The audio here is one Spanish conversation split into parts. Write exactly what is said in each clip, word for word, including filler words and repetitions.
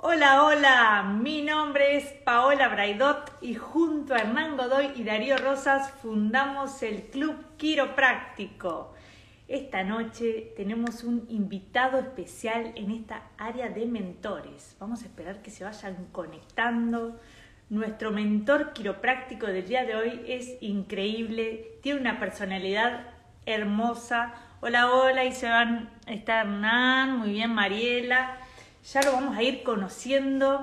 Hola, hola, mi nombre es Paola Braidot y junto a Hernán Godoy y Darío Rosas fundamos el Club Quiropráctico. Esta noche tenemos un invitado especial en esta área de mentores. Vamos a esperar que se vayan conectando. Nuestro mentor quiropráctico del día de hoy es increíble, tiene una personalidad hermosa. Hola, hola, y se van, está Hernán, muy bien, Mariela. Ya lo vamos a ir conociendo.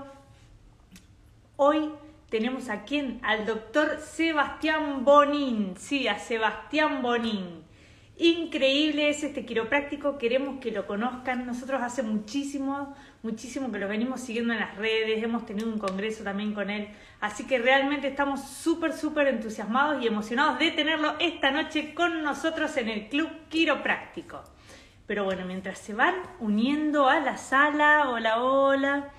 Hoy tenemos aquí al doctor Sebastián Bonin. Sí, a Sebastián Bonin. Increíble es este quiropráctico, queremos que lo conozcan. Nosotros hace muchísimo, muchísimo que lo venimos siguiendo en las redes, hemos tenido un congreso también con él. Así que realmente estamos súper, súper entusiasmados y emocionados de tenerlo esta noche con nosotros en el Club Quiropráctico. Pero bueno, mientras se van uniendo a la sala, hola, hola,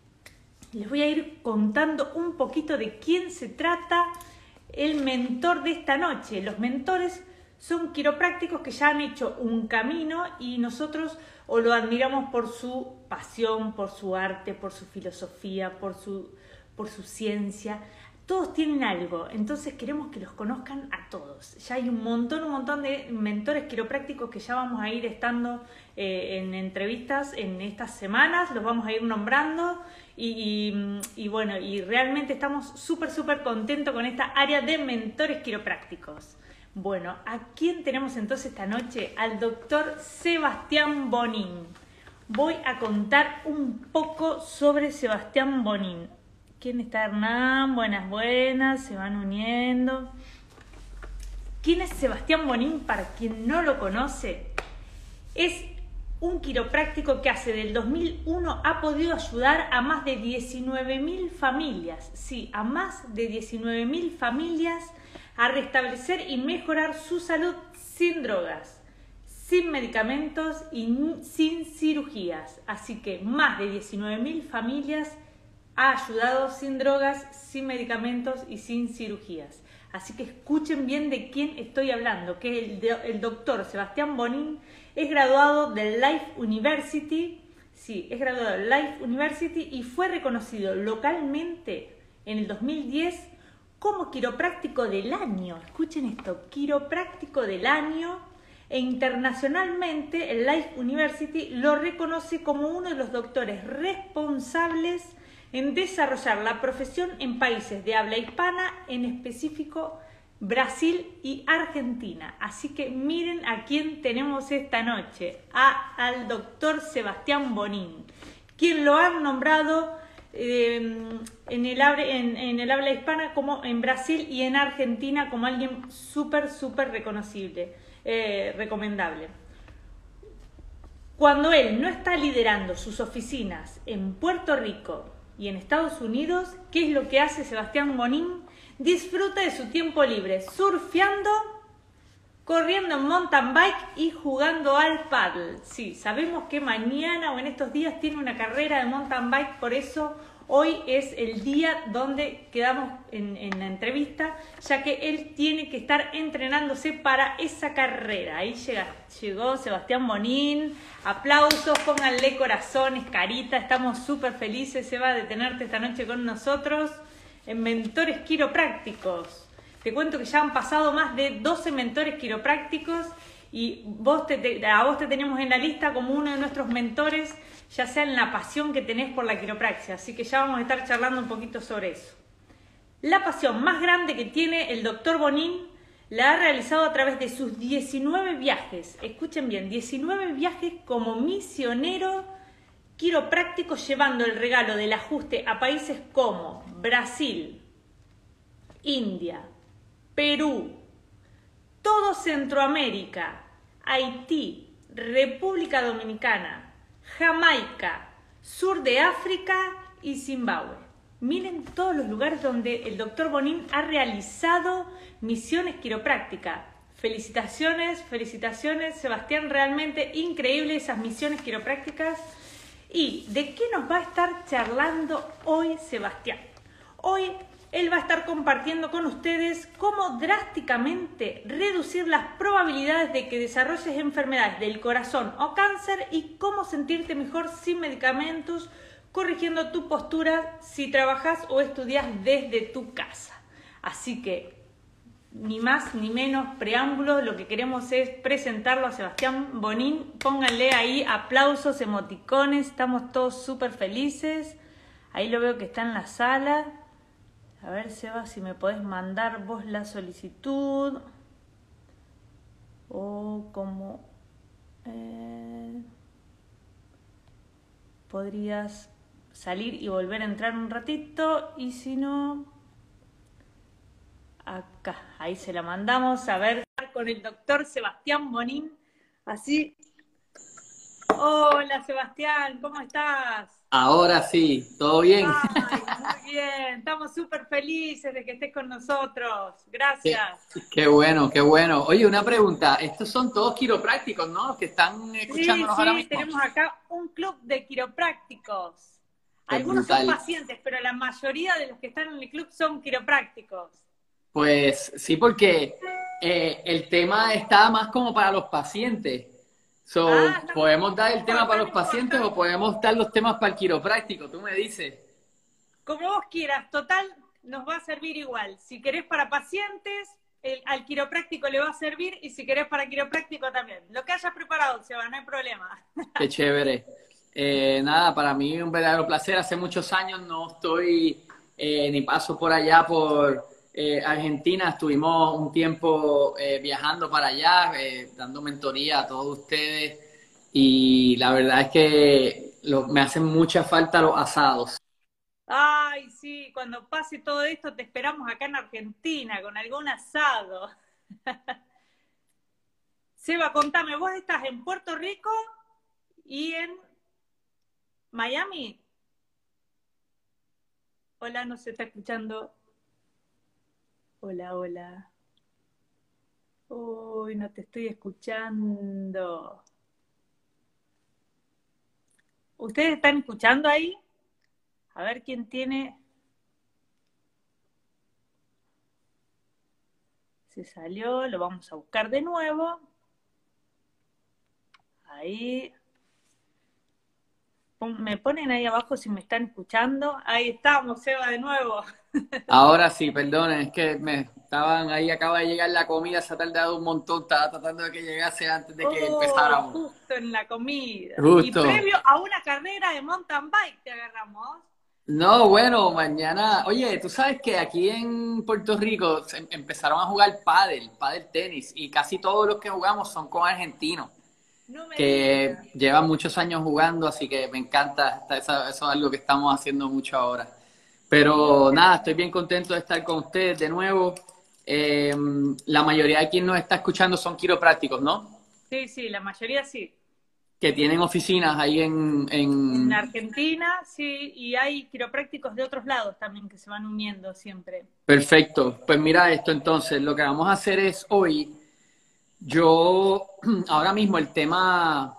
les voy a ir contando un poquito de quién se trata el mentor de esta noche. Los mentores son quiroprácticos que ya han hecho un camino y nosotros o lo admiramos por su pasión, por su arte, por su filosofía, por su, por su ciencia. Todos tienen algo, entonces queremos que los conozcan a todos. Ya hay un montón, un montón de mentores quiroprácticos que ya vamos a ir estando eh, en entrevistas en estas semanas, los vamos a ir nombrando y, y, y bueno, y realmente estamos súper, súper contentos con esta área de mentores quiroprácticos. Bueno, ¿a quién tenemos entonces esta noche? Al doctor Sebastián Bonin. Voy a contar un poco sobre Sebastián Bonin. ¿Quién está, Hernán? Buenas, buenas, se van uniendo. ¿Quién es Sebastián Bonin? Para quien no lo conoce, es un quiropráctico que hace del dos mil uno ha podido ayudar a más de diecinueve mil familias, sí, a más de diecinueve mil familias a restablecer y mejorar su salud sin drogas, sin medicamentos y sin cirugías. Así que más de diecinueve mil familias ha ayudado sin drogas, sin medicamentos y sin cirugías. Así que escuchen bien de quién estoy hablando, que el, el doctor Sebastián Bonin es graduado del Life University, sí, es graduado del Life University y fue reconocido localmente en el dos mil diez como quiropráctico del año. Escuchen esto, quiropráctico del año, e internacionalmente el Life University lo reconoce como uno de los doctores responsables en desarrollar la profesión en países de habla hispana, en específico Brasil y Argentina. Así que miren a quién tenemos esta noche, a, al doctor Sebastián Bonin, quien lo han nombrado eh, en, el, en, en el habla hispana como en Brasil y en Argentina como alguien súper, súper reconocible, eh, recomendable. Cuando él no está liderando sus oficinas en Puerto Rico y en Estados Unidos, ¿qué es lo que hace Sebastián Bonin? Disfruta de su tiempo libre surfeando, corriendo en mountain bike y jugando al paddle. Sí, sabemos que mañana o en estos días tiene una carrera de mountain bike, por eso hoy es el día donde quedamos en, en la entrevista, ya que él tiene que estar entrenándose para esa carrera. Ahí llega, llegó Sebastián Bonin. Aplausos, pónganle corazones, carita. Estamos súper felices, Seba, de tenerte esta noche con nosotros en Mentores Quiroprácticos. Te cuento que ya han pasado más de doce mentores quiroprácticos y vos te, te, a vos te tenemos en la lista como uno de nuestros mentores, ya sea en la pasión que tenés por la quiropraxia. Así que ya vamos a estar charlando un poquito sobre eso. La pasión más grande que tiene el doctor Bonin la ha realizado a través de sus diecinueve viajes. Escuchen bien, diecinueve viajes como misionero quiropráctico, llevando el regalo del ajuste a países como Brasil, India, Perú, todo Centroamérica, Haití, República Dominicana, Jamaica, sur de África y Zimbabue. Miren todos los lugares donde el doctor Bonin ha realizado misiones quiroprácticas. Felicitaciones, felicitaciones, Sebastián, realmente increíble esas misiones quiroprácticas. ¿Y de qué nos va a estar charlando hoy Sebastián? Hoy él va a estar compartiendo con ustedes cómo drásticamente reducir las probabilidades de que desarrolles enfermedades del corazón o cáncer y cómo sentirte mejor sin medicamentos corrigiendo tu postura si trabajas o estudias desde tu casa. Así que, ni más ni menos preámbulo, lo que queremos es presentarlo a Sebastián Bonín. Pónganle ahí aplausos, emoticones, estamos todos súper felices. Ahí lo veo que está en la sala. A ver, Seba, si me podés mandar vos la solicitud. O como... Eh, podrías salir y volver a entrar un ratito. Y si no... Acá, ahí se la mandamos. A ver, con el doctor Sebastián Bonín. Así. Hola, Sebastián, ¿cómo estás? Ahora sí, ¿todo bien? Ay, muy bien. Estamos súper felices de que estés con nosotros. Gracias. Qué, qué bueno, qué bueno. Oye, una pregunta. Estos son todos quiroprácticos, ¿no? Que están Sí, escuchándonos ahora sí, mismo. tenemos acá un club de quiroprácticos. Qué Algunos son brutal. pacientes, pero la mayoría de los que están en el club son quiroprácticos. Pues sí, porque eh, el tema está más como para los pacientes. Ah, So, no, ¿podemos dar no el tema importa, para no los pacientes importa. o podemos dar los temas para el quiropráctico? Tú me dices. Como vos quieras, total, nos va a servir igual. Si querés para pacientes, el, al quiropráctico le va a servir, y si querés para quiropráctico también. Lo que hayas preparado, Seba, no hay problema. Qué chévere. Eh, nada, para mí un verdadero placer. Hace muchos años no estoy eh, ni paso por allá por eh, Argentina. Estuvimos un tiempo eh, viajando para allá, eh, dando mentoría a todos ustedes. Y la verdad es que lo- me hacen mucha falta los asados. Ay, sí, cuando pase todo esto te esperamos acá en Argentina con algún asado. Seba, contame, ¿vos estás en Puerto Rico y en Miami? Hola, no se está escuchando. Hola, hola. Uy, no te estoy escuchando. ¿Ustedes están escuchando ahí? A ver quién tiene... Se salió, lo vamos a buscar de nuevo. Ahí. Me ponen ahí abajo si me están escuchando. Ahí estamos, Seba, de nuevo. Ahora sí, perdonen, es que me estaban ahí, acaba de llegar la comida, se ha tardado un montón, estaba tratando de que llegase antes de que Oh, empezáramos. justo en la comida. Y Justo. previo a una carrera de mountain bike te agarramos. No, bueno, mañana, oye, tú sabes que aquí en Puerto Rico se em- empezaron a jugar pádel, pádel tenis, y casi todos los que jugamos son con argentinos, No me que digas. llevan muchos años jugando, así que me encanta, está- eso, eso es algo que estamos haciendo mucho ahora. Pero nada, estoy bien contento de estar con ustedes de nuevo. Eh, la mayoría de quienes nos está escuchando son quiroprácticos, ¿no? Sí, sí, la mayoría sí. Que tienen oficinas ahí en, En en... Argentina, sí, y hay quiroprácticos de otros lados también que se van uniendo siempre. Perfecto. Pues mira esto entonces, lo que vamos a hacer es hoy, yo ahora mismo el tema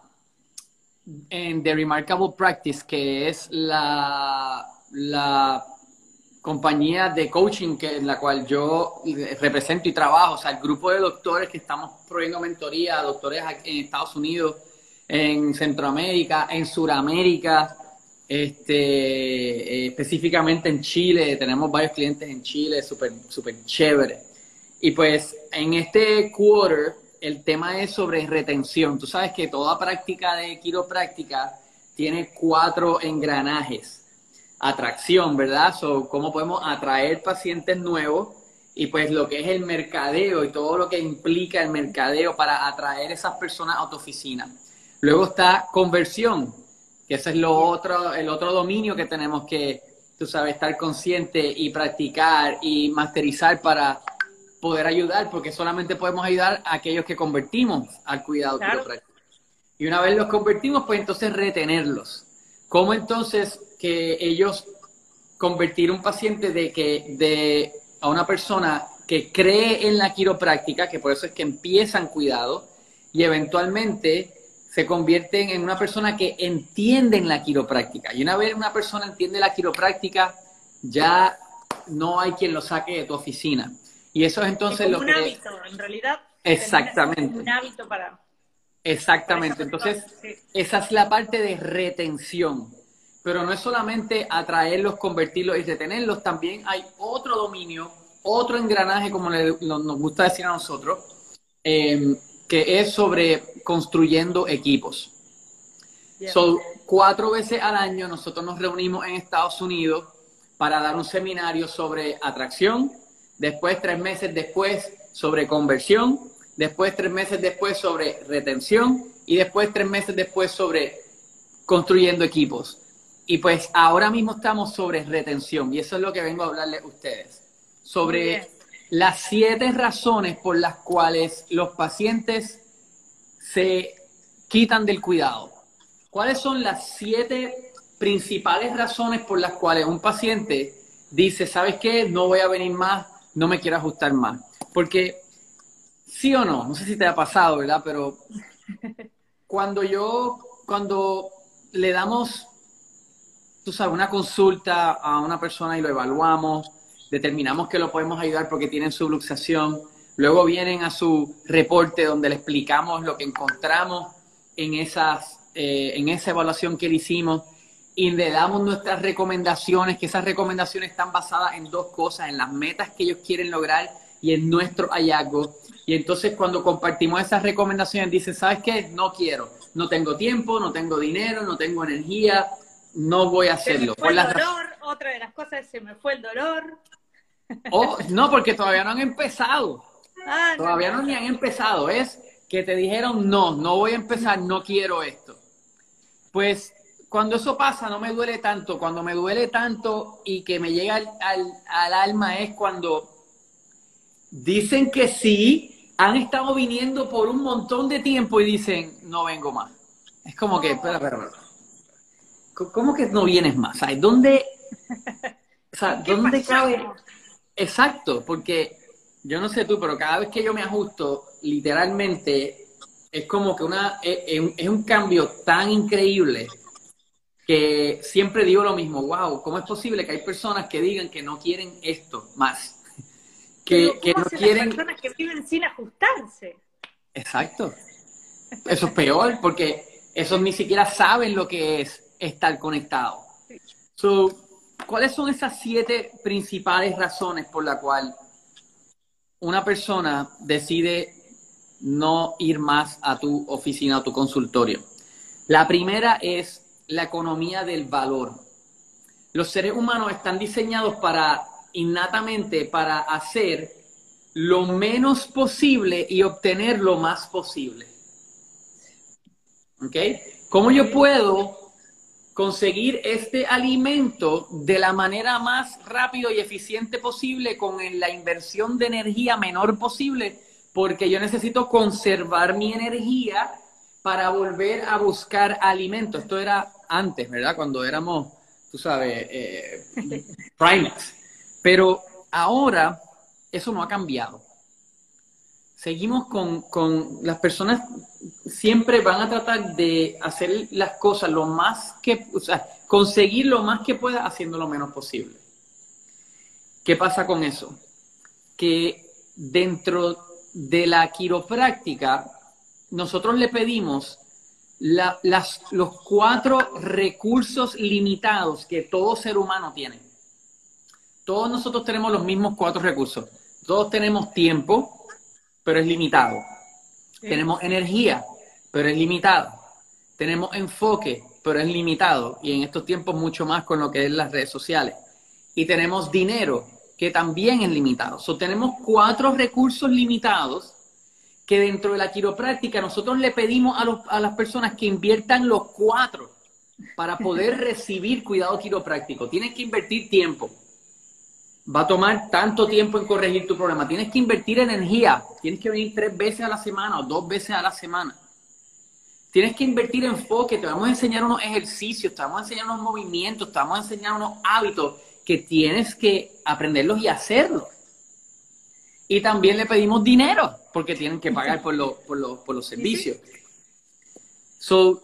en The Remarkable Practice, que es la, la compañía de coaching que, en la cual yo represento y trabajo, o sea, el grupo de doctores que estamos proveyendo mentoría a doctores en Estados Unidos, en Centroamérica, en Suramérica, este, eh, específicamente en Chile, tenemos varios clientes en Chile, súper súper chévere. Y pues en este quarter el tema es sobre retención. Tú sabes que toda práctica de quiropráctica tiene cuatro engranajes. Atracción, ¿verdad? So, cómo podemos atraer pacientes nuevos y pues lo que es el mercadeo y todo lo que implica el mercadeo para atraer esas personas a tu oficina. Luego está conversión, que ese es lo otro, el otro dominio que tenemos que, tú sabes, estar consciente y practicar y masterizar para poder ayudar, porque solamente podemos ayudar a aquellos que convertimos al cuidado Claro. quiropráctico. Y una vez los convertimos, pues entonces retenerlos. ¿Cómo entonces que ellos convertir un paciente de que de a una persona que cree en la quiropráctica, que por eso es que empiezan cuidado y eventualmente se convierten en una persona que entiende en la quiropráctica? Y una vez una persona entiende la quiropráctica, ya no hay quien lo saque de tu oficina. Y eso es Es entonces como lo un que... hábito, en realidad. Termina siendo Exactamente. un hábito para, para esa Exactamente. persona. Entonces, Sí. esa es la parte de retención. pero no es solamente atraerlos, convertirlos y retenerlos, también hay otro dominio, otro engranaje, como le, lo, nos gusta decir a nosotros, eh, que es sobre construyendo equipos. Yeah. So, cuatro veces al año nosotros nos reunimos en Estados Unidos para dar un seminario sobre atracción, después tres meses después sobre conversión, después tres meses después sobre retención y después tres meses después sobre construyendo equipos. Y pues ahora mismo estamos sobre retención y eso es lo que vengo a hablarles a ustedes. Sobre las siete razones por las cuales los pacientes se quitan del cuidado. ¿Cuáles son las siete principales razones por las cuales un paciente dice, ¿sabes qué? No voy a venir más, no me quiero ajustar más. Porque, sí o no, no sé si te ha pasado, ¿verdad? Pero cuando yo, cuando le damos, tú sabes, una consulta a una persona y lo evaluamos, determinamos que lo podemos ayudar porque tienen subluxación, luego vienen a su reporte donde le explicamos lo que encontramos en, esas, eh, en esa evaluación que le hicimos y le damos nuestras recomendaciones, que esas recomendaciones están basadas en dos cosas, en las metas que ellos quieren lograr y en nuestro hallazgo. Y entonces cuando compartimos esas recomendaciones, dicen, ¿sabes qué? No quiero, no tengo tiempo, no tengo dinero, no tengo energía, no voy a hacerlo. Se me fue el dolor, otra de las cosas es se me fue el dolor. Oh, no, porque todavía no han empezado. Ah, todavía no, no ni han empezado. Es que te dijeron, no, no voy a empezar, no quiero esto. Pues cuando eso pasa no me duele tanto. Cuando me duele tanto y que me llega al, al, al alma es cuando dicen que sí, han estado viniendo por un montón de tiempo y dicen, no vengo más. Es como que, espera, espera, espera. ¿Cómo que no vienes más? ¿Sabes? ¿Dónde, o sea, ¿dónde cabe? Exacto, porque yo no sé tú, pero cada vez que yo me ajusto, literalmente, es como que una, es, es un cambio tan increíble que siempre digo lo mismo, wow, ¿cómo es posible que hay personas que digan que no quieren esto más? Que, que no quieren... Las personas que viven sin ajustarse. Exacto. Eso es peor, porque esos ni siquiera saben lo que es estar conectado. So, ¿cuáles son esas siete principales razones por las cuales una persona decide no ir más a tu oficina o tu consultorio? La primera es la economía del valor. Los seres humanos están diseñados para, innatamente, para hacer lo menos posible y obtener lo más posible. ¿Ok? ¿Cómo yo puedo conseguir este alimento de la manera más rápido y eficiente posible con la inversión de energía menor posible? Porque yo necesito conservar mi energía para volver a buscar alimento. Esto era antes, ¿verdad? Cuando éramos, tú sabes, eh, primates. Pero ahora eso no ha cambiado. Seguimos con, con las personas siempre van a tratar de hacer las cosas lo más que, o sea, conseguir lo más que pueda haciendo lo menos posible. ¿Qué pasa con eso? Que dentro de la quiropráctica nosotros le pedimos la, las, los cuatro recursos limitados que todo ser humano tiene. Todos nosotros tenemos los mismos cuatro recursos. Todos tenemos tiempo, pero es limitado. Sí. Tenemos energía, pero es limitado. Tenemos enfoque, pero es limitado. Y en estos tiempos mucho más con lo que es las redes sociales. Y tenemos dinero, que también es limitado. So, tenemos cuatro recursos limitados que dentro de la quiropráctica nosotros le pedimos a, los, a las personas que inviertan los cuatro para poder recibir cuidado quiropráctico. Tienes que invertir tiempo. Va a tomar tanto tiempo en corregir tu problema. Tienes que invertir energía. Tienes que venir tres veces a la semana o dos veces a la semana. Tienes que invertir enfoque. Te vamos a enseñar unos ejercicios, te vamos a enseñar unos movimientos, te vamos a enseñar unos hábitos que tienes que aprenderlos y hacerlos. Y también le pedimos dinero, porque tienen que pagar por, lo, por, lo, por los servicios. So,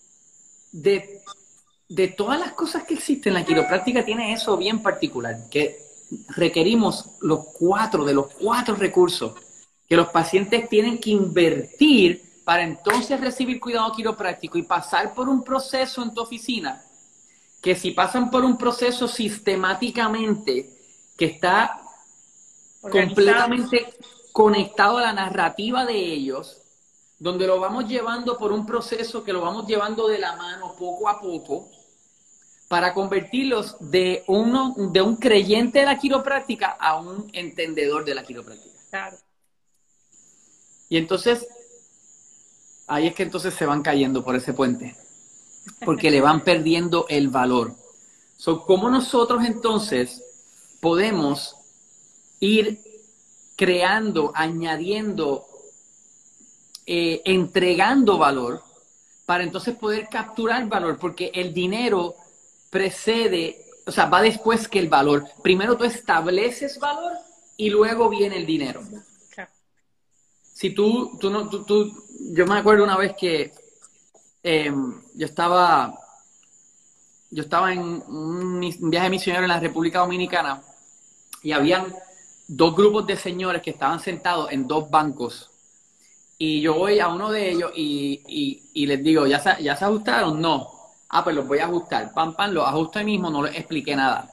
de, de todas las cosas que existen, la quiropráctica tiene eso bien particular, que requerimos los cuatro, de los cuatro recursos que los pacientes tienen que invertir para entonces recibir cuidado quiropráctico y pasar por un proceso en tu oficina que si pasan por un proceso sistemáticamente que está Organizado. completamente conectado a la narrativa de ellos, donde lo vamos llevando por un proceso que lo vamos llevando de la mano poco a poco, para convertirlos de, uno, de un creyente de la quiropráctica a un entendedor de la quiropráctica. Claro. Y entonces, ahí es que entonces se van cayendo por ese puente, porque le van perdiendo el valor. So, ¿cómo nosotros entonces podemos ir creando, añadiendo, eh, entregando valor para entonces poder capturar valor? Porque el dinero precede, o sea, va después que el valor. Primero tú estableces valor y luego viene el dinero. Claro. Si tú, tú no, tú, tú, yo me acuerdo una vez que eh, yo estaba, yo estaba en un viaje misionero en la República Dominicana y habían dos grupos de señores que estaban sentados en dos bancos. Y yo voy a uno de ellos y, y, y les digo, ¿ya se, ¿ya se ajustaron? No. Ah, pues los voy a ajustar. Pam, pam, los ajusto ahí mismo, no les expliqué nada.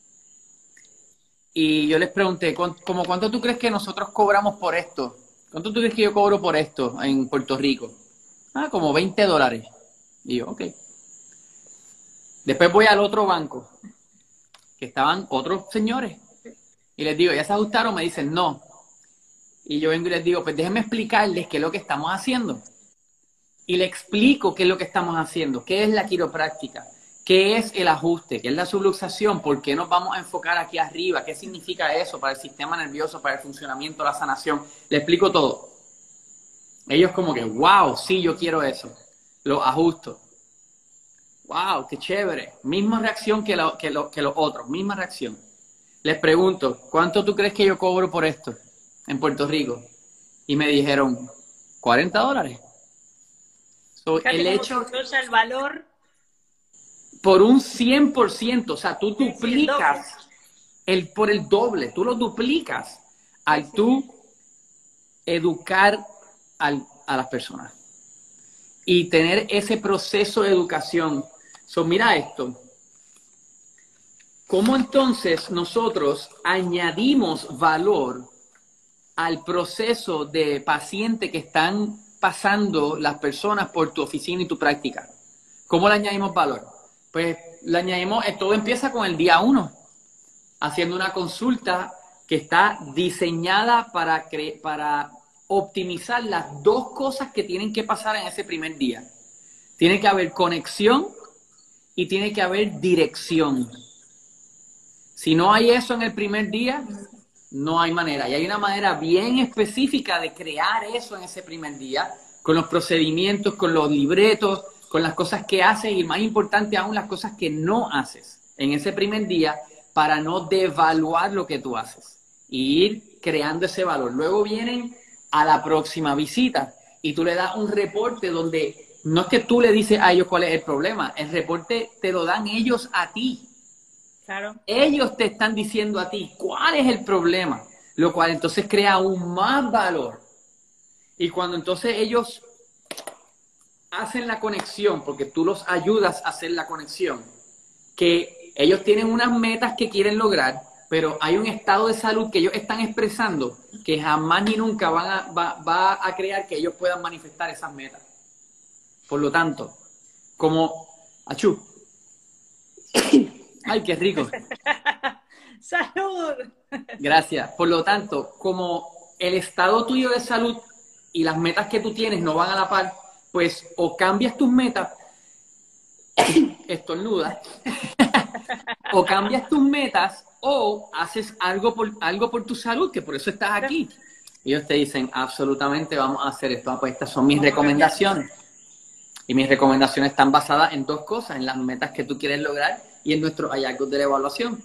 Y yo les pregunté, ¿cómo cuánto tú crees que nosotros cobramos por esto? ¿Cuánto tú crees que yo cobro por esto en Puerto Rico? Ah, como veinte dólares. Y yo, ok. Después voy al otro banco, que estaban otros señores. Y les digo, ¿ya se ajustaron? Me dicen, no. Y yo vengo y les digo, pues déjenme explicarles qué es lo que estamos haciendo. Y le explico qué es lo que estamos haciendo, qué es la quiropráctica, qué es el ajuste, qué es la subluxación, por qué nos vamos a enfocar aquí arriba, qué significa eso para el sistema nervioso, para el funcionamiento, la sanación. Le explico todo. Ellos como que, wow, sí, yo quiero eso. Lo ajusto. Wow, qué chévere. Misma reacción que, lo, que, lo, que los otros, misma reacción. Les pregunto, ¿cuánto tú crees que yo cobro por esto en Puerto Rico? Y me dijeron, cuarenta dólares. So, el hecho, el valor por un cien por ciento, o sea, tú duplicas el, por el doble, tú lo duplicas al sí, sí. tú educar al, a las personas y tener ese proceso de educación. So, mira esto. ¿Cómo entonces nosotros añadimos valor al proceso de paciente que están pasando las personas por tu oficina y tu práctica? ¿Cómo le añadimos valor? Pues le añadimos, todo empieza con el día uno, haciendo una consulta que está diseñada para, cre para optimizar las dos cosas que tienen que pasar en ese primer día. Tiene que haber conexión y tiene que haber dirección. Si no hay eso en el primer día, no hay manera. Y hay una manera bien específica de crear eso en ese primer día, con los procedimientos, con los libretos, con las cosas que haces y, más importante aún, las cosas que no haces en ese primer día para no devaluar lo que tú haces y ir creando ese valor. Luego vienen a la próxima visita y tú le das un reporte donde no es que tú le dices a ellos cuál es el problema, el reporte te lo dan ellos a ti. Claro. Ellos te están diciendo a ti cuál es el problema, lo cual entonces crea aún más valor. Y cuando entonces ellos hacen la conexión, porque tú los ayudas a hacer la conexión, que ellos tienen unas metas que quieren lograr, pero hay un estado de salud que ellos están expresando que jamás ni nunca van a, va, va a crear que ellos puedan manifestar esas metas. Por lo tanto, como... ¡Achú! ¡Ay, qué rico! ¡Salud! Gracias. Por lo tanto, como el estado tuyo de salud y las metas que tú tienes no van a la par, pues o cambias tus metas, estornuda, o cambias tus metas o haces algo por, algo por tu salud, que por eso estás aquí. Y ellos te dicen, absolutamente vamos a hacer esto. Pues estas son mis recomendaciones. Y mis recomendaciones están basadas en dos cosas, en las metas que tú quieres lograr y en nuestros hallazgos de la evaluación.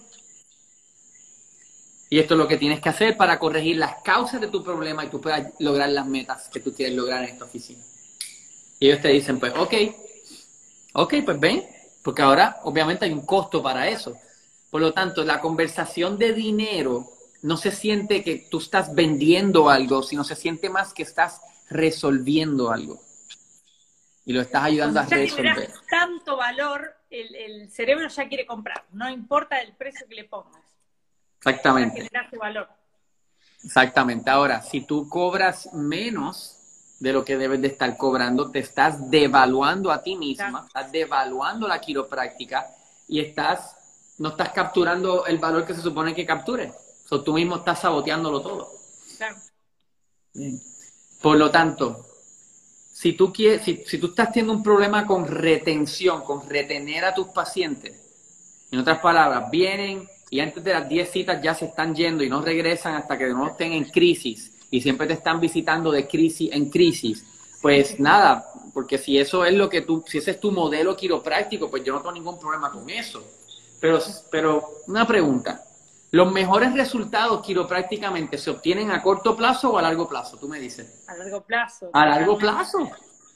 Y esto es lo que tienes que hacer para corregir las causas de tu problema y tú puedas lograr las metas que tú quieres lograr en esta oficina. Y ellos te dicen, pues, ok, ok, pues ven, porque ahora obviamente hay un costo para eso. Por lo tanto, la conversación de dinero no se siente que tú estás vendiendo algo, sino se siente más que estás resolviendo algo. Y lo estás ayudando a resolver. Tanto valor el, el cerebro ya quiere comprar, no importa el precio que le pongas. Exactamente. Para generar su valor. Exactamente. Ahora, si tú cobras menos de lo que debes de estar cobrando, te estás devaluando a ti misma, claro. Estás devaluando la quiropráctica y estás, no estás capturando el valor que se supone que capture. O sea, tú mismo estás saboteándolo todo. Claro. Bien. Por lo tanto, si tú, quieres, si, si tú estás teniendo un problema con retención, con retener a tus pacientes, en otras palabras, vienen y antes de las diez citas ya se están yendo y no regresan hasta que no estén en crisis y siempre te están visitando de crisis en crisis, pues nada, porque si eso es lo que tú, si ese es tu modelo quiropráctico, pues yo no tengo ningún problema con eso. Pero, pero una pregunta, ¿los mejores resultados quiroprácticamente se obtienen a corto plazo o a largo plazo? Tú me dices. A largo plazo. A largo plazo.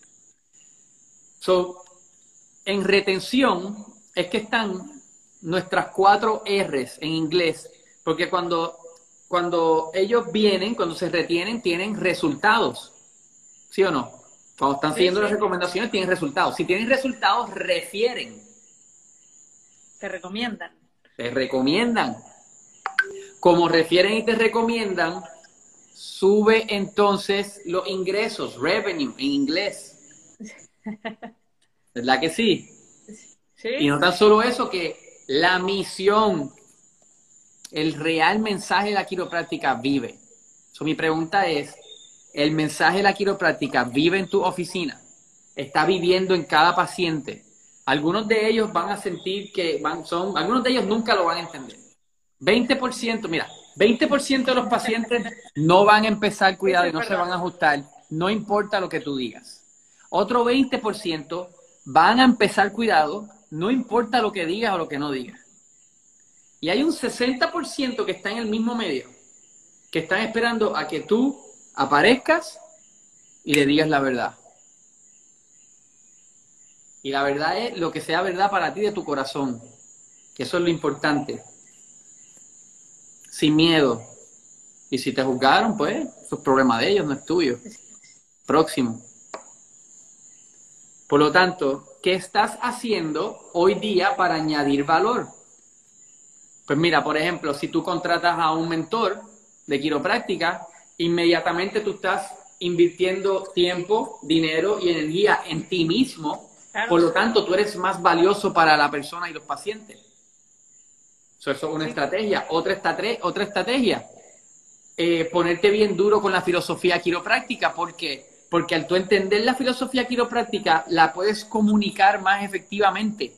So, en retención es que están nuestras cuatro R's en inglés, porque cuando, cuando ellos vienen, cuando se retienen, tienen resultados, ¿sí o no? Cuando están siguiendo sí, sí. las recomendaciones, tienen resultados. Si tienen resultados, refieren. Te recomiendan. Te recomiendan. Como refieren y te recomiendan, sube entonces los ingresos, revenue en inglés. ¿Verdad que sí? Sí. Y no tan solo eso, que la misión, el real mensaje de la quiropráctica vive. So, mi pregunta es, ¿el mensaje de la quiropráctica vive en tu oficina? ¿Está viviendo en cada paciente? Algunos de ellos van a sentir que van, son, algunos de ellos nunca lo van a entender. veinte por ciento, mira, veinte por ciento de los pacientes no van a empezar cuidado y no se van a ajustar, no importa lo que tú digas. Otro veinte por ciento van a empezar cuidado, no importa lo que digas o lo que no digas. Y hay un sesenta por ciento que está en el mismo medio, que están esperando a que tú aparezcas y le digas la verdad. Y la verdad es lo que sea verdad para ti de tu corazón, que eso es lo importante. Sin miedo. Y si te juzgaron, pues, eso es problema de ellos, no es tuyo. Próximo. Por lo tanto, ¿qué estás haciendo hoy día para añadir valor? Pues mira, por ejemplo, si tú contratas a un mentor de quiropráctica, inmediatamente tú estás invirtiendo tiempo, dinero y energía en ti mismo. Claro. Por lo tanto, tú eres más valioso para la persona y los pacientes. Eso es una sí. estrategia. Otra, estrate otra estrategia, eh, ponerte bien duro con la filosofía quiropráctica. ¿Por qué? Porque al tú entender la filosofía quiropráctica, la puedes comunicar más efectivamente.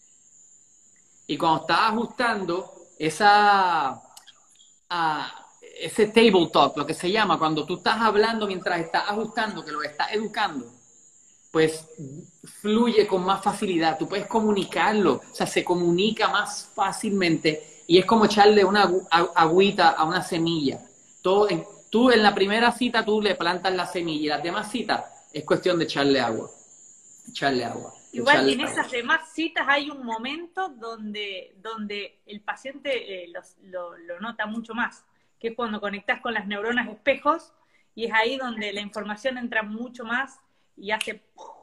Y cuando estás ajustando esa, uh, ese table talk, lo que se llama, cuando tú estás hablando mientras estás ajustando, que lo estás educando, pues fluye con más facilidad. Tú puedes comunicarlo, o sea, se comunica más fácilmente y es como echarle una agüita a una semilla. Todo en, tú en la primera cita tú le plantas la semilla y las demás citas es cuestión de echarle agua. Echarle agua. Igual echarle en agua. Esas demás citas hay un momento donde, donde el paciente eh, los, lo, lo nota mucho más, que es cuando conectas con las neuronas espejos y es ahí donde la información entra mucho más y hace...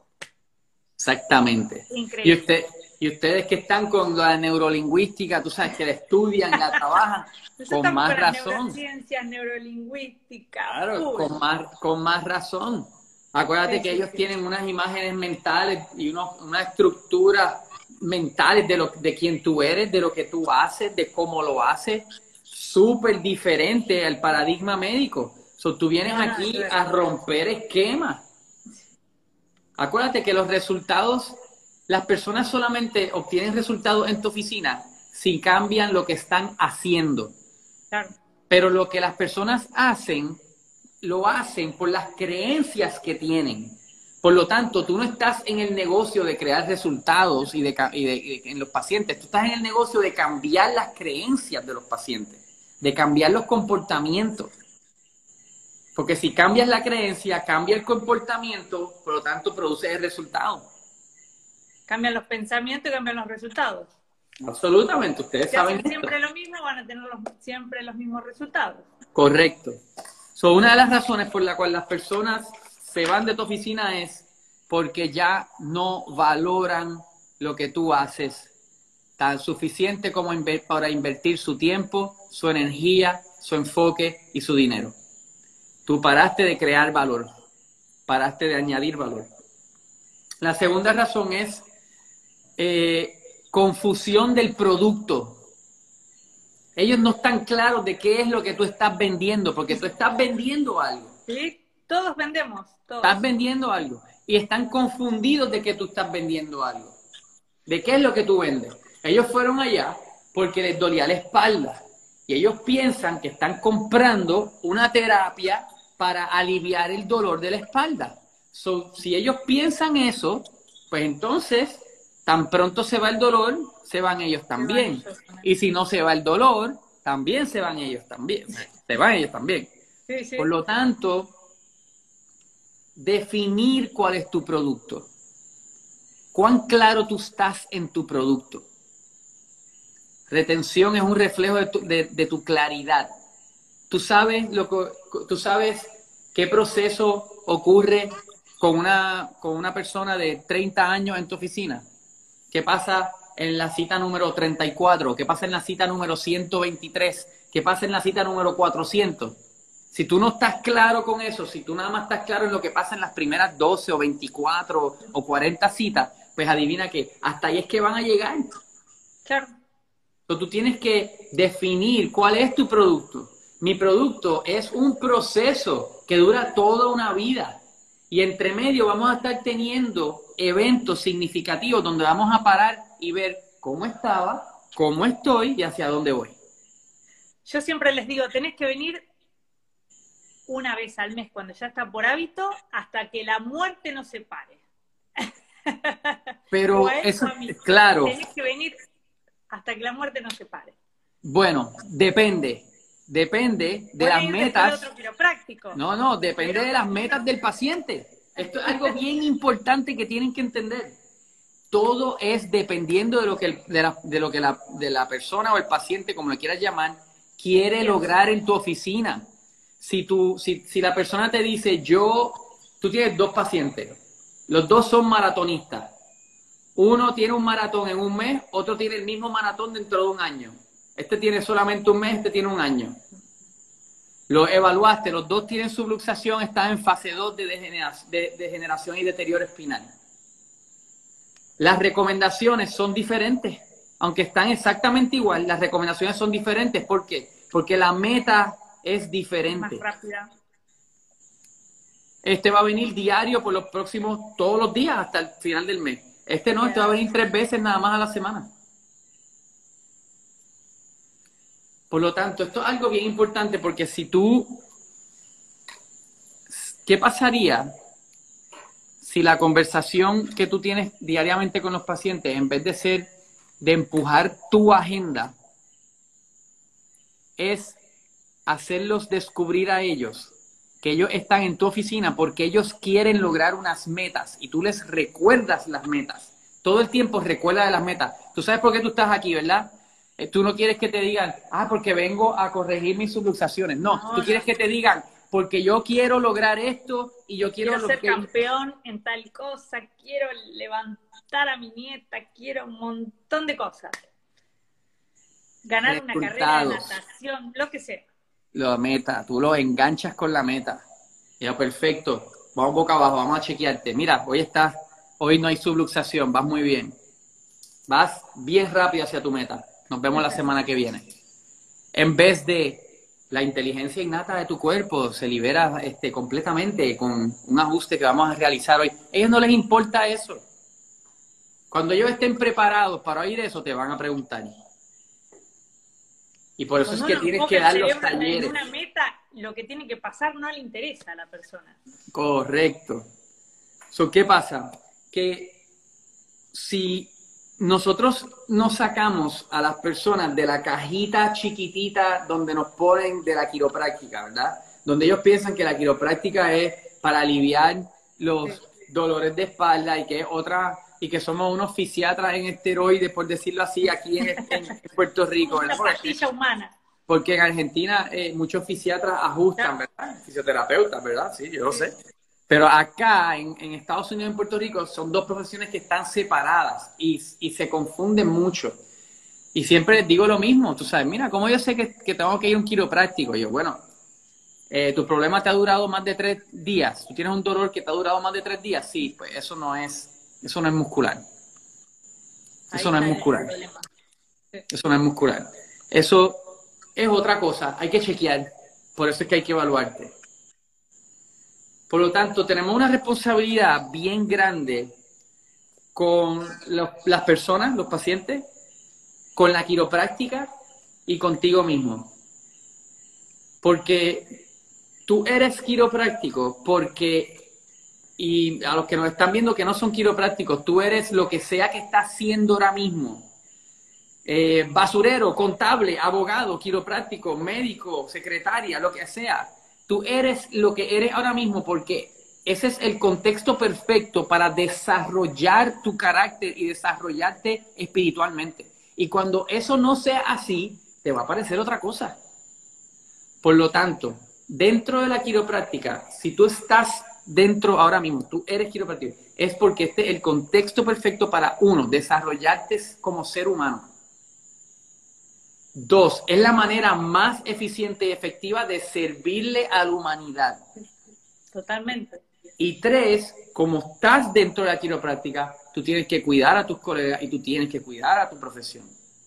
Exactamente. Increíble. Y, usted, y ustedes que están con la neurolingüística, tú sabes que la estudian, la trabajan, con más con razón. Neurociencias, neurolingüística. Claro, con más, con más razón. Acuérdate sí, que sí, ellos sí. tienen unas imágenes mentales y unos, una estructura mentales de, lo, de quién tú eres, de lo que tú haces, de cómo lo haces, súper diferente al paradigma médico. So, tú vienes no, aquí no, a romper esquemas. Acuérdate que los resultados, las personas solamente obtienen resultados en tu oficina si cambian lo que están haciendo. Claro. Pero lo que las personas hacen, lo hacen por las creencias que tienen. Por lo tanto, tú no estás en el negocio de crear resultados y de, y de, y de, en los pacientes. Tú estás en el negocio de cambiar las creencias de los pacientes, de cambiar los comportamientos. Porque si cambias la creencia, cambia el comportamiento, por lo tanto, produce el resultado. Cambian los pensamientos y cambian los resultados. Absolutamente, ustedes si saben hacen siempre lo mismo, van a tener los, siempre los mismos resultados. Correcto. So, una de las razones por la cual las personas se van de tu oficina es porque ya no valoran lo que tú haces tan suficiente como inver- para invertir su tiempo, su energía, su enfoque y su dinero. Tú paraste de crear valor, paraste de añadir valor. La segunda razón es eh, confusión del producto. Ellos no están claros de qué es lo que tú estás vendiendo, porque tú estás vendiendo algo. Sí, todos vendemos, todos. Estás vendiendo algo y están confundidos de que tú estás vendiendo algo. ¿De qué es lo que tú vendes? Ellos fueron allá porque les dolía la espalda y ellos piensan que están comprando una terapia para aliviar el dolor de la espalda. So, si ellos piensan eso, pues entonces, tan pronto se va el dolor, se van ellos también. Y si no se va el dolor, también se van ellos también. Se van ellos también. Sí, sí. Por lo tanto, definir cuál es tu producto. ¿Cuán claro tú estás en tu producto? Retención es un reflejo de tu, de, de tu claridad. Tú sabes, lo que, tú sabes qué proceso ocurre con una, con una persona de treinta años en tu oficina. ¿Qué pasa en la cita número treinta y cuatro? ¿Qué pasa en la cita número ciento veintitrés? ¿Qué pasa en la cita número cuatrocientos? Si tú no estás claro con eso, si tú nada más estás claro en lo que pasa en las primeras doce o veinticuatro o cuarenta citas, pues adivina que hasta ahí es que van a llegar. Claro. Entonces tú tienes que definir cuál es tu producto. Mi producto es un proceso que dura toda una vida. Y entre medio vamos a estar teniendo eventos significativos donde vamos a parar y ver cómo estaba, cómo estoy y hacia dónde voy. Yo siempre les digo, tenés que venir una vez al mes cuando ya está por hábito hasta que la muerte nos separe. Pero eso, claro. Tenés que venir hasta que la muerte nos separe. Bueno, depende. Depende de las metas. Otro quiropráctico. No, no, depende Pero... de las metas del paciente. Esto es algo bien importante que tienen que entender. Todo es dependiendo de lo que, de la, de lo que la, de la persona o el paciente, como lo quieras llamar, quiere lograr en tu oficina. Si, tú, si, si la persona te dice, yo, tú tienes dos pacientes, los dos son maratonistas. Uno tiene un maratón en un mes, otro tiene el mismo maratón dentro de un año. Este tiene solamente un mes, este tiene un año. Lo evaluaste, los dos tienen subluxación, están en fase dos de, degenera de degeneración y deterioro espinal. Las recomendaciones son diferentes, aunque están exactamente igual, las recomendaciones son diferentes. ¿Por qué? Porque la meta es diferente. Más rápida. Este va a venir diario por los próximos, todos los días hasta el final del mes. Este no, este va a venir tres veces nada más a la semana. Por lo tanto, esto es algo bien importante porque si tú... ¿Qué pasaría si la conversación que tú tienes diariamente con los pacientes, en vez de ser de empujar tu agenda, es hacerlos descubrir a ellos que ellos están en tu oficina porque ellos quieren lograr unas metas y tú les recuerdas las metas. Todo el tiempo recuerda de las metas. Tú sabes por qué tú estás aquí, ¿verdad? Tú no quieres que te digan, ah, porque vengo a corregir mis subluxaciones. No, no tú no. quieres que te digan, porque yo quiero lograr esto y yo quiero... Quiero ser que... campeón en tal cosa, quiero levantar a mi nieta, quiero un montón de cosas. Ganar Resultados. Una carrera de natación, lo que sea. La meta, tú lo enganchas con la meta. Ya, perfecto. Vamos boca abajo, vamos a chequearte. Mira, hoy estás, hoy no hay subluxación, vas muy bien. Vas bien rápido hacia tu meta. Nos vemos la semana que viene. En vez de la inteligencia innata de tu cuerpo se libera este, completamente con un ajuste que vamos a realizar hoy. A ellos no les importa eso. Cuando ellos estén preparados para oír eso, te van a preguntar. Y por eso Cuando es que tienes que dar los talleres. En una meta, lo que tiene que pasar no le interesa a la persona. Correcto. So, ¿qué pasa? Que si nosotros nos sacamos a las personas de la cajita chiquitita donde nos ponen de la quiropráctica, ¿verdad? Donde ellos piensan que la quiropráctica es para aliviar los sí. dolores de espalda y que es otra, y que somos unos fisiatras en esteroides, por decirlo así, aquí en, en, en Puerto Rico. Una pastilla humana. Porque en Argentina eh, muchos fisiatras ajustan, ¿verdad? Fisioterapeutas, ¿verdad? Sí, yo lo sé. Pero acá, en, en Estados Unidos y en Puerto Rico, son dos profesiones que están separadas y, y se confunden mucho. Y siempre les digo lo mismo, tú sabes, mira, ¿cómo yo sé que, que tengo que ir a un quiropráctico? Y yo, bueno, eh, tu problema te ha durado más de tres días. ¿Tú tienes un dolor que te ha durado más de tres días? Sí, pues eso no es, eso no es muscular. Eso Ahí no es está el muscular. problema. Sí. Eso no es muscular. Eso es otra cosa. Hay que chequear. Por eso es que hay que evaluarte. Por lo tanto, tenemos una responsabilidad bien grande con los, las personas, los pacientes, con la quiropráctica y contigo mismo. Porque tú eres quiropráctico porque, y a los que nos están viendo que no son quiroprácticos, tú eres lo que sea que estás haciendo ahora mismo. Eh, basurero, contable, abogado, quiropráctico, médico, secretaria, lo que sea. Tú eres lo que eres ahora mismo porque ese es el contexto perfecto para desarrollar tu carácter y desarrollarte espiritualmente. Y cuando eso no sea así, te va a parecer otra cosa. Por lo tanto, dentro de la quiropráctica, si tú estás dentro ahora mismo, tú eres quiropráctico, es porque este es el contexto perfecto para, uno, desarrollarte como ser humano. Dos, es la manera más eficiente y efectiva de servirle a la humanidad. Totalmente. Y tres, como estás dentro de la quiropráctica, tú tienes que cuidar a tus colegas y tú tienes que cuidar a tu profesión.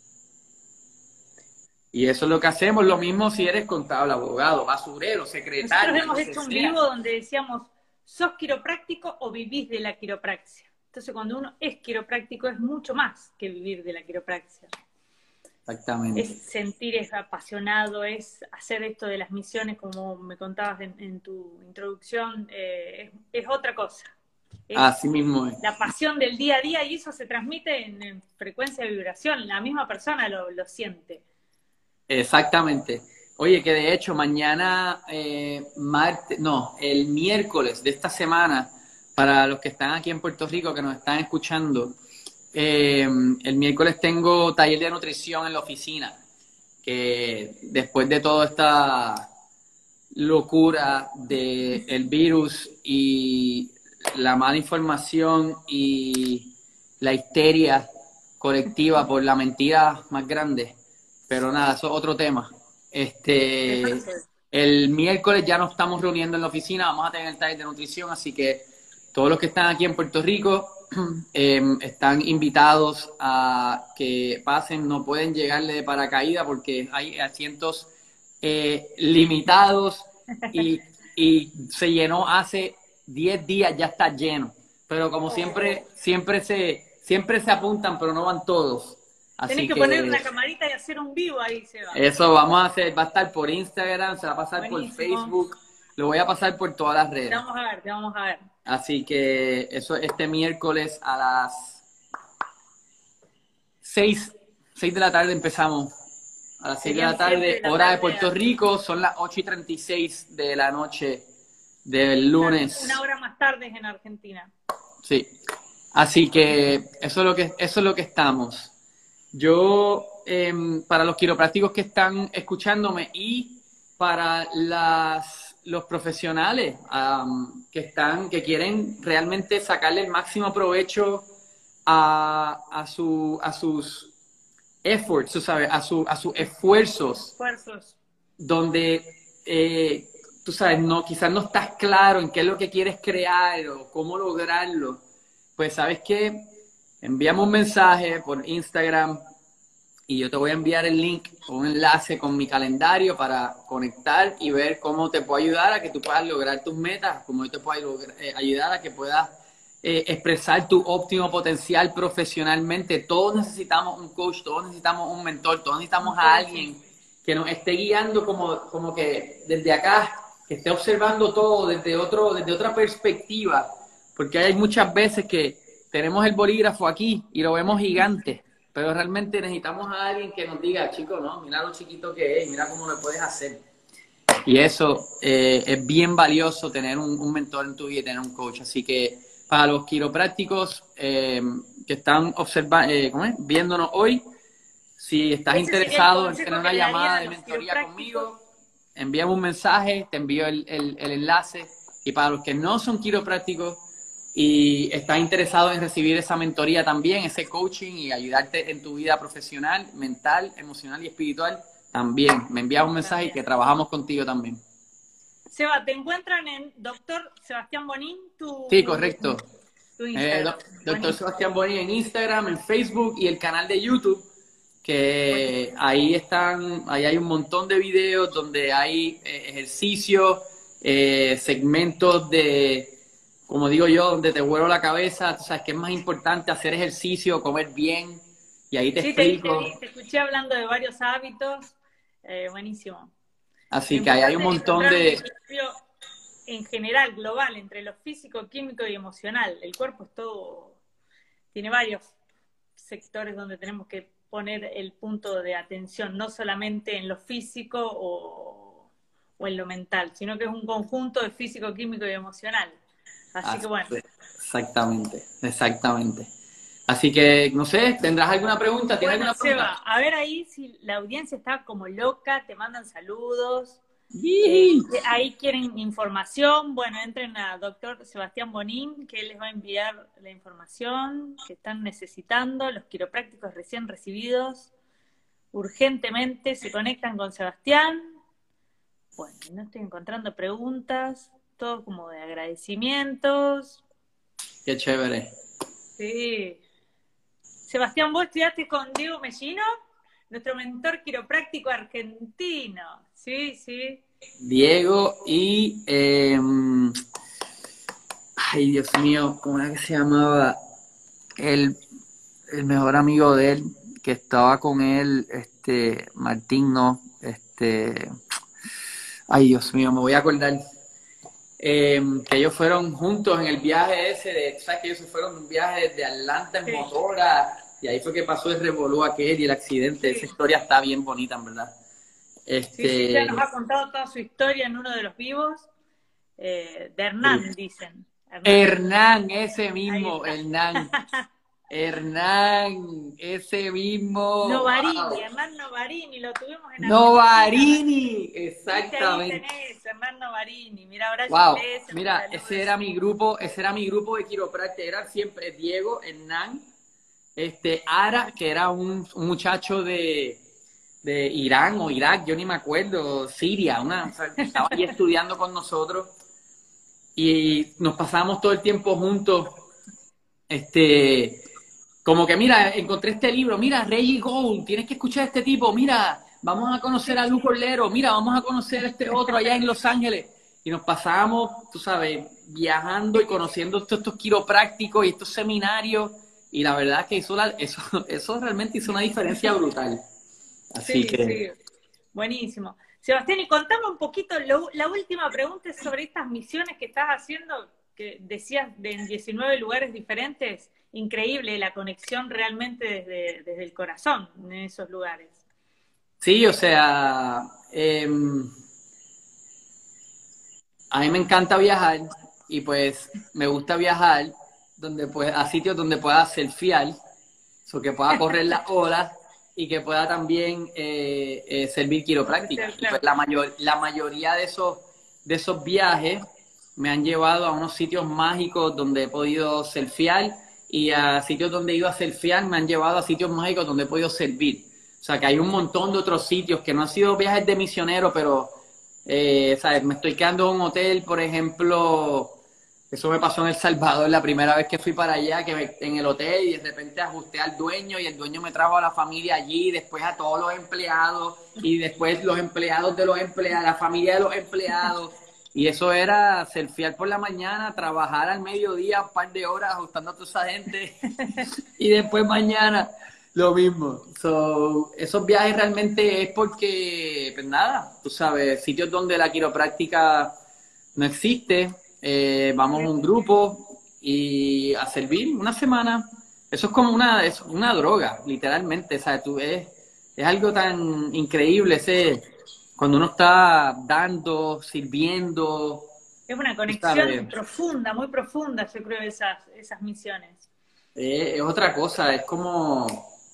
Y eso es lo que hacemos, lo mismo si eres contable, abogado, basurero, secretario. Nosotros hemos hecho un sea. vivo donde decíamos, ¿sos quiropráctico o vivís de la quiropraxia? Entonces, cuando uno es quiropráctico, es mucho más que vivir de la quiropraxia. Exactamente. Es sentir, es apasionado, es hacer esto de las misiones, como me contabas en, en tu introducción, eh, es, es otra cosa. Es Así mismo es. la pasión del día a día y eso se transmite en, en frecuencia de vibración, la misma persona lo, lo siente. Exactamente. Oye, que de hecho mañana, eh, martes, no, el miércoles de esta semana, para los que están aquí en Puerto Rico, que nos están escuchando, eh, el miércoles tengo taller de nutrición en la oficina, que después de toda esta locura del virus y la mala información y la histeria colectiva por la mentira más grande, pero nada, eso es otro tema. Este, el miércoles ya nos estamos reuniendo en la oficina, vamos a tener el taller de nutrición, así que todos los que están aquí en Puerto Rico eh, están invitados a que pasen, no pueden llegarle de paracaídas porque hay asientos eh, limitados y, y se llenó hace diez días, ya está lleno. Pero como siempre, siempre se, siempre se apuntan, pero no van todos. Así Tenés que, que poner una camarita y hacer un vivo ahí, se va. eso vamos a hacer, va a estar por Instagram, se va a pasar Buenísimo. por Facebook, lo voy a pasar por todas las redes. Te vamos a ver, te vamos a ver. Así que eso este miércoles a las seis, seis de la tarde empezamos. A las seis de la tarde, hora de Puerto Rico, son las ocho y treinta y seis de la noche del lunes. Una hora más tarde es en Argentina. Sí. Así que eso es lo que, eso es lo que estamos. Yo, eh, para los quiroprácticos que están escuchándome y para las, los profesionales um, que están, que quieren realmente sacarle el máximo provecho a, a, su, a sus efforts, tú sabes, a, su, a sus esfuerzos, esfuerzos. donde eh, tú sabes, no, quizás no estás claro en qué es lo que quieres crear o cómo lograrlo, pues sabes que envíame un mensaje por Instagram y yo te voy a enviar el link o un enlace con mi calendario para conectar y ver cómo te puedo ayudar a que tú puedas lograr tus metas, cómo yo te puedo eh, ayudar a que puedas eh, expresar tu óptimo potencial profesionalmente. Todos necesitamos un coach, todos necesitamos un mentor, todos necesitamos a alguien que nos esté guiando como, como que desde acá, que esté observando todo desde, otro, desde otra perspectiva, porque hay muchas veces que tenemos el bolígrafo aquí y lo vemos gigante, pero realmente necesitamos a alguien que nos diga, chico, no, mira lo chiquito que es, mira cómo lo puedes hacer. Y eso eh, es bien valioso, tener un, un mentor en tu vida y tener un coach. Así que para los quiroprácticos eh, que están observando, eh, ¿cómo es? Viéndonos hoy, si estás Ese interesado en tener una llamada a de los mentoría conmigo, envíame un mensaje, te envío el, el, el enlace Y para los que no son quiroprácticos y están interesados en recibir esa mentoría también, ese coaching y ayudarte en tu vida profesional, mental, emocional y espiritual, también me envías un mensaje y que trabajamos contigo también. Seba, ¿te encuentran en Doctor Sebastián Bonín? Tu, Sí, correcto. Tu Instagram. Eh, Doctor Sebastián Bonín en Instagram, en Facebook y el canal de YouTube, que Buenísimo. ahí están, ahí hay un montón de videos donde hay eh, ejercicios, eh, segmentos de, como digo yo, donde te vuelo la cabeza. Tú sabes que es más importante hacer ejercicio, comer bien, y ahí te sí, explico. Te, te, te escuché hablando de varios hábitos, eh, buenísimo. Así que ahí hay un montón de... Un en general, global, entre lo físico, químico y emocional. El cuerpo es todo, tiene varios sectores donde tenemos que poner el punto de atención, no solamente en lo físico o, o en lo mental, sino que es un conjunto de físico, químico y emocional. Así, Así que bueno. Exactamente, exactamente. Así que, no sé, ¿tendrás alguna pregunta? ¿Tienes bueno, alguna pregunta? Seba, a ver ahí si la audiencia está como loca, te mandan saludos. Eh, ahí quieren información, bueno, entren a doctor Sebastián Bonín, que él les va a enviar la información que están necesitando, los quiroprácticos recién recibidos, urgentemente se conectan con Sebastián. Bueno, no estoy encontrando preguntas, todo como de agradecimientos. Qué chévere. Sí. Sebastián, ¿vos estudiaste con Diego Mellino? Nuestro mentor quiropráctico argentino. Sí, sí. Diego y... Eh, ay, Dios mío, ¿cómo era que se llamaba? El, el mejor amigo de él, que estaba con él, este, Martín, no, este... Ay, Dios mío, me voy a acordar. Eh, que ellos fueron juntos en el viaje ese, de, ¿sabes? Que ellos se fueron en un viaje desde Atlanta en sí. motora, y ahí fue que pasó el revolú aquel y el accidente. Sí. Esa historia está bien bonita, en verdad. Este... Sí, sí, ya nos ha contado toda su historia en uno de los vivos, eh, de Hernán, sí. dicen. Hernán. Hernán, ese mismo, Hernán. Hernán, ese mismo. Novarini, wow. Hernán Novarini, lo tuvimos en Novarini, exactamente. Tenés, Hernán Novarini, mira, ahora wow. Mira, ese era mi grupo, ese era mi grupo de quiropráctica, eran siempre Diego, Hernán, este, Ara, que era un, un muchacho de, de Irán o Irak, yo ni me acuerdo, Siria, una, o sea, estaba ahí estudiando con nosotros y nos pasábamos todo el tiempo juntos, este... Como que, mira, encontré este libro, mira, Reggie Gold, tienes que escuchar a este tipo, mira, vamos a conocer a Lu Corlero, mira, vamos a conocer a este otro allá en Los Ángeles. Y nos pasábamos, tú sabes, viajando y conociendo estos, estos quiroprácticos y estos seminarios, y la verdad es que hizo la, eso, eso realmente hizo una diferencia brutal. Así sí, que... sí, buenísimo. Sebastián, y contame un poquito, lo, la última pregunta es sobre estas misiones que estás haciendo, que decías de en diecinueve lugares diferentes. Increíble la conexión realmente desde, desde el corazón en esos lugares. Sí, o sea, eh, a mí me encanta viajar y pues me gusta viajar donde pues, a sitios donde pueda surfear, o que pueda correr las olas y que pueda también eh, eh, servir quiropráctica. Y pues la, mayor, la mayoría de esos, de esos viajes me han llevado a unos sitios mágicos donde he podido surfear, y a sitios donde he ido a surfear me han llevado a sitios mágicos donde he podido servir. O sea, que hay un montón de otros sitios que no han sido viajes de misionero, pero, eh, ¿sabes? Me estoy quedando en un hotel, por ejemplo, eso me pasó en El Salvador la primera vez que fui para allá, que me, en el hotel, y de repente ajusté al dueño, y el dueño me trajo a la familia allí, después a todos los empleados, y después los empleados de los empleados, la familia de los empleados. Y eso era surfear por la mañana, trabajar al mediodía un par de horas ajustando a toda esa gente y después mañana lo mismo. So, esos viajes realmente es porque, pues nada, tú sabes, sitios donde la quiropráctica no existe, eh, vamos a un grupo y a servir una semana. Eso es como una, es una droga, literalmente. O sea, tú, es, es algo tan increíble ese... Cuando uno está dando, sirviendo. Es una conexión profunda, muy profunda, yo creo, esas, esas misiones. Eh, es otra cosa, es como...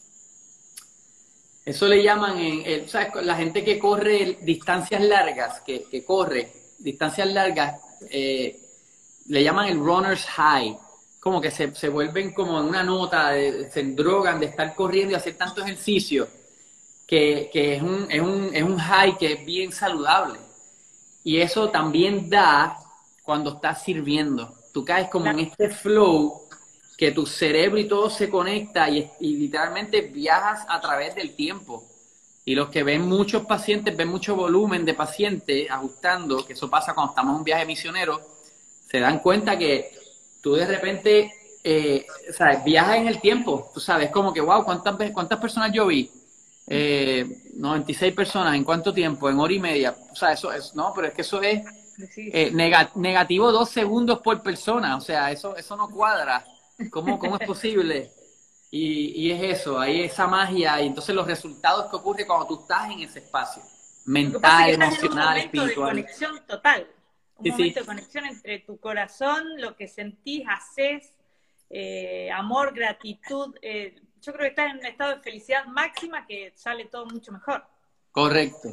Eso le llaman, en, el, ¿sabes? La gente que corre distancias largas, que, que corre distancias largas, eh, le llaman el runner's high, como que se, se vuelven como en una nota, de, se drogan de estar corriendo y hacer tanto ejercicio, que, que es, un, es, un, es un high que es bien saludable. Y eso también da cuando estás sirviendo. Tú caes como en este flow que tu cerebro y todo se conecta y, y literalmente viajas a través del tiempo. Y los que ven muchos pacientes, ven mucho volumen de pacientes ajustando, que eso pasa cuando estamos en un viaje misionero, se dan cuenta que tú de repente, eh, ¿sabes? Viajas en el tiempo. Tú sabes, como que, wow, ¿cuántas, cuántas personas yo vi? Eh, noventa y seis personas, ¿en cuánto tiempo? En hora y media. O sea, eso es, no, pero es que eso es eh, neg negativo dos segundos por persona. O sea, eso, eso no cuadra. ¿Cómo, cómo es posible? Y, y es eso, hay esa magia y entonces los resultados que ocurren cuando tú estás en ese espacio mental, es que emocional, en un momento espiritual. de conexión total, un sí, momento sí. de conexión entre tu corazón, lo que sentís, haces, eh, amor, gratitud. Eh, yo creo que estás en un estado de felicidad máxima que sale todo mucho mejor. Correcto.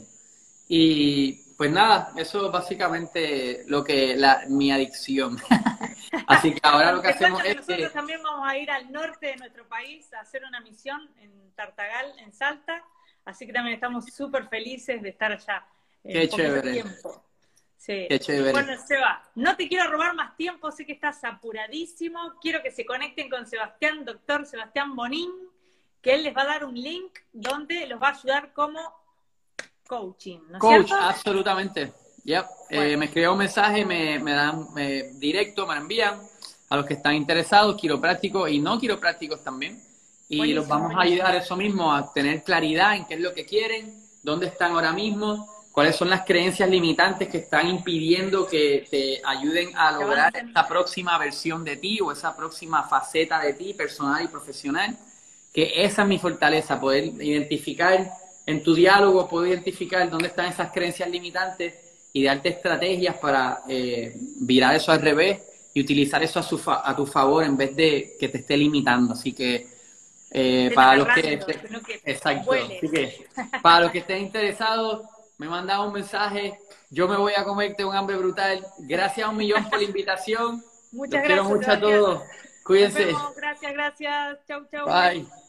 Y pues nada, eso es básicamente lo que la, mi adicción. Así que ahora lo que hacemos que es nosotros que... también vamos a ir al norte de nuestro país a hacer una misión en Tartagal, en Salta, así que también estamos súper felices de estar allá. Qué chévere. Tiempo. Sí. Qué chévere. Bueno, Seba, no te quiero robar más tiempo, sé que estás apuradísimo, quiero que se conecten con Sebastián, doctor Sebastián Bonín, que él les va a dar un link donde los va a ayudar como coaching, ¿no es Coach, cierto? absolutamente. Yep. Bueno. Eh, me escribió un mensaje, me, me dan me, directo, me lo envían a los que están interesados, quiroprácticos y no quiroprácticos también. Y Buenísimo, los vamos buenísimo. a ayudar a eso mismo, a tener claridad en qué es lo que quieren, dónde están ahora mismo, cuáles son las creencias limitantes que están impidiendo que te ayuden a lograr esa próxima versión de ti o esa próxima faceta de ti, personal y profesional. Que esa es mi fortaleza, poder identificar en tu diálogo, poder identificar dónde están esas creencias limitantes y darte estrategias para eh, virar eso al revés y utilizar eso a, su fa a tu favor en vez de que te esté limitando. Así que, eh, para los que, que, que exacto, así que para los que estén interesados, me mandan un mensaje. Yo me voy a comerte un hambre brutal. Gracias a un millón por la invitación. Muchas Los gracias. quiero mucho a todos. Cuídense. Nos vemos. Gracias, gracias. Chau, chau. Bye.